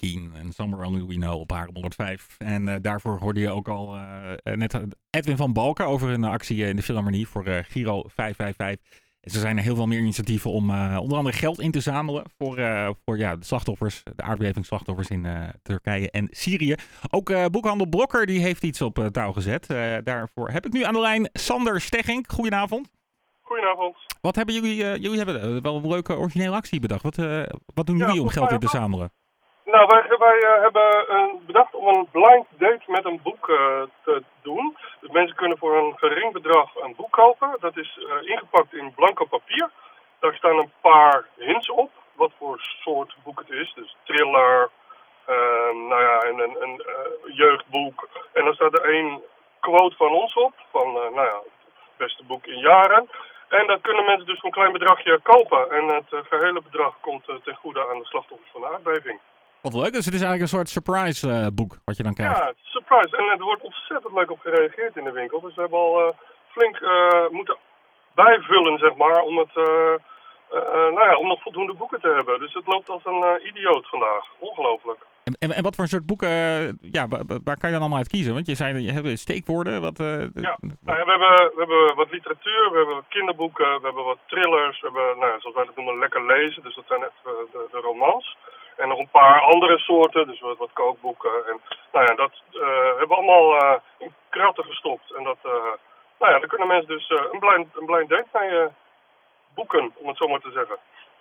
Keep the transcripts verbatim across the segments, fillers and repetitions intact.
Keen en Somewhere Only We Know op H R honderdvijf. En uh, daarvoor hoorde je ook al uh, net Edwin van Balken over een actie in de Philharmonie voor uh, Giro vijf vijf vijf. En er zijn er heel veel meer initiatieven om uh, onder andere geld in te zamelen voor, uh, voor ja, de slachtoffers, de aardbevingsslachtoffers in uh, Turkije en Syrië. Ook uh, boekhandel Blokker die heeft iets op uh, touw gezet. Uh, daarvoor heb ik nu aan de lijn Sander Steggink. Goedenavond. Goedenavond. Wat hebben jullie, uh, jullie hebben uh, wel een leuke originele actie bedacht. Wat, uh, wat doen jullie ja, om geld in te zamelen? Nou, wij, wij uh, hebben uh, bedacht om een blind date met een boek uh, te doen. Dus mensen kunnen voor een gering bedrag een boek kopen. Dat is uh, ingepakt in blanco papier. Daar staan een paar hints op, wat voor soort boek het is. Dus thriller, uh, nou ja, een, een, een uh, jeugdboek. En dan staat er één quote van ons op, van uh, nou ja, het beste boek in jaren. En dat kunnen mensen dus voor een klein bedragje kopen. En het uh, gehele bedrag komt uh, ten goede aan de slachtoffers van de aardbeving. Wat leuk, dus het is eigenlijk een soort surprise uh, boek wat je dan krijgt. Ja, surprise. En er wordt ontzettend leuk op gereageerd in de winkel. Dus we hebben al uh, flink uh, moeten bijvullen, zeg maar, om, het, uh, uh, nou ja, om nog voldoende boeken te hebben. Dus het loopt als een uh, idioot vandaag. Ongelooflijk. En, en, en wat voor soort boeken, uh, ja, waar kan je dan allemaal uit kiezen? Want je zei, je hebt steekwoorden. Wat, uh, ja, nou ja we, hebben, we hebben wat literatuur, we hebben wat kinderboeken, we hebben wat thrillers. We hebben, nou ja, zoals wij dat noemen, lekker lezen. Dus dat zijn echt uh, de, de romans. En nog een paar andere soorten, dus wat, wat kookboeken. En nou ja, dat uh, hebben we allemaal uh, in kratten gestopt. En dat, uh, nou ja, dan kunnen mensen dus uh, een, blind, een blind date mee uh, boeken, om het zo maar te zeggen.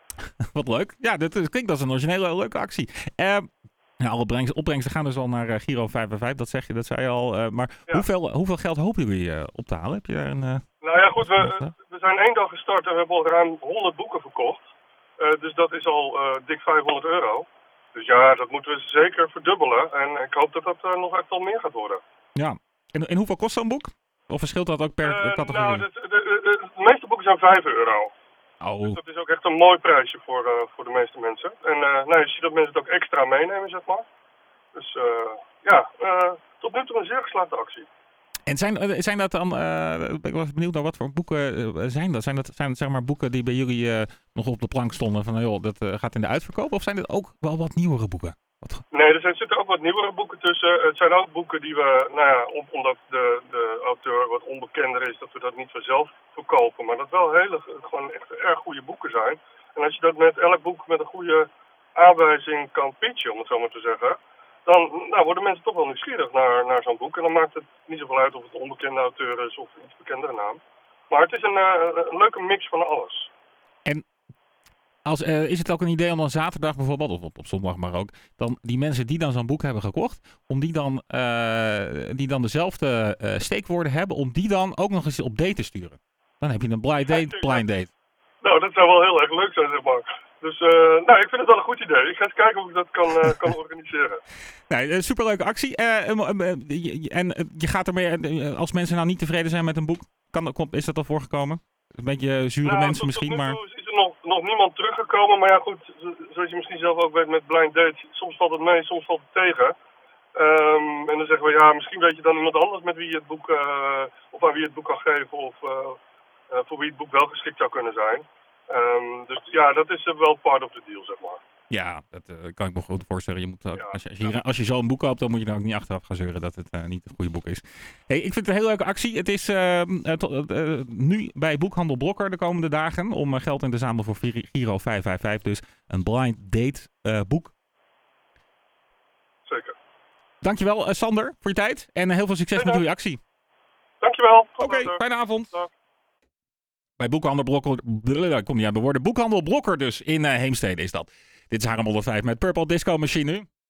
Wat leuk. Ja, dit klinkt als een originele leuke actie. Uh, ja, alle opbrengsten, opbrengsten gaan dus al naar uh, Giro vijf vijf vijf, dat zeg je, dat zei je al. Uh, maar ja. hoeveel, hoeveel geld hopen jullie uh, op te halen? Heb je daar een... Uh, nou ja, goed, we, we zijn één dag gestart en we hebben al ruim honderd boeken verkocht. Uh, dus dat is al uh, dik vijfhonderd euro. Dus ja, dat moeten we zeker verdubbelen. En ik hoop dat dat uh, nog echt al meer gaat worden. Ja. En, en hoeveel kost zo'n boek? Of verschilt dat ook per uh, categorie? Nou, de, de, de, de, de meeste boeken zijn vijf euro. Oh. Dus dat is ook echt een mooi prijsje voor, uh, voor de meeste mensen. En uh, nou, je ziet dat mensen het ook extra meenemen, zeg maar. Dus uh, ja, uh, tot nu toe een zeer geslaagde actie. En zijn, zijn dat dan, uh, ik was benieuwd naar wat voor boeken uh, zijn dat? Zijn dat zijn het, zeg maar boeken die bij jullie uh, nog op de plank stonden van joh, dat uh, gaat in de uitverkoop? Of zijn dit ook wel wat nieuwere boeken? Wat... Nee, er zijn, zitten ook wat nieuwere boeken tussen. Het zijn ook boeken die we, nou ja, op, omdat de, de auteur wat onbekender is, dat we dat niet vanzelf verkopen. Maar dat wel hele, gewoon echt erg goede boeken zijn. En als je dat met elk boek met een goede aanwijzing kan pitchen, om het zo maar te zeggen, dan nou, worden mensen toch wel nieuwsgierig naar, naar zo'n boek. En dan maakt het niet zoveel uit of het een onbekende auteur is of een iets bekendere naam. Maar het is een, uh, een leuke mix van alles. En als, uh, is het ook een idee om dan zaterdag bijvoorbeeld, of op, op zondag maar ook, dan die mensen die dan zo'n boek hebben gekocht, om die dan, uh, die dan dezelfde uh, steekwoorden hebben, om die dan ook nog eens op date te sturen? Dan heb je een blind date, blind date. Nou, dat zou wel heel erg leuk zijn, zeg maar. Dus uh, nou, ik vind het wel een goed idee. Ik ga eens kijken of ik dat kan, uh, kan organiseren. Nee, superleuke actie. Uh, en je gaat ermee, uh, als mensen nou niet tevreden zijn met een boek, kan, is dat al voorgekomen? Een beetje zure nou, mensen tot, misschien, tot maar... is er nog, nog niemand teruggekomen. Maar ja, goed, zoals je misschien zelf ook weet met blind dates, soms valt het mee, soms valt het tegen. Um, en dan zeggen we, ja, misschien weet je dan iemand anders met wie je het boek, uh, of aan wie je het boek kan geven, of uh, uh, voor wie het boek wel geschikt zou kunnen zijn. Um, dus ja, dat is uh, wel part of the deal, zeg maar. Ja, dat uh, kan ik me goed voorstellen. Je moet ook, ja, als je, als je, ja. als je zo'n boek koopt, dan moet je dan ook niet achteraf gaan zeuren dat het uh, niet een goede boek is. Hey, ik vind het een heel leuke actie. Het is uh, uh, to, uh, nu bij Boekhandel Blokker de komende dagen om uh, geld in te zamelen voor Giro vijf vijf vijf. Dus een blind date uh, boek. Zeker. Dankjewel uh, Sander voor je tijd en uh, heel veel succes hey, met jullie actie. Dankjewel. Oké, okay, fijne avond. Dag. Bij Boekhandel Blokker, ik kom niet aan de woorden, Boekhandel Blokker dus in uh, Heemstede is dat. Dit is H R honderdvijf met Purple Disco Machine nu.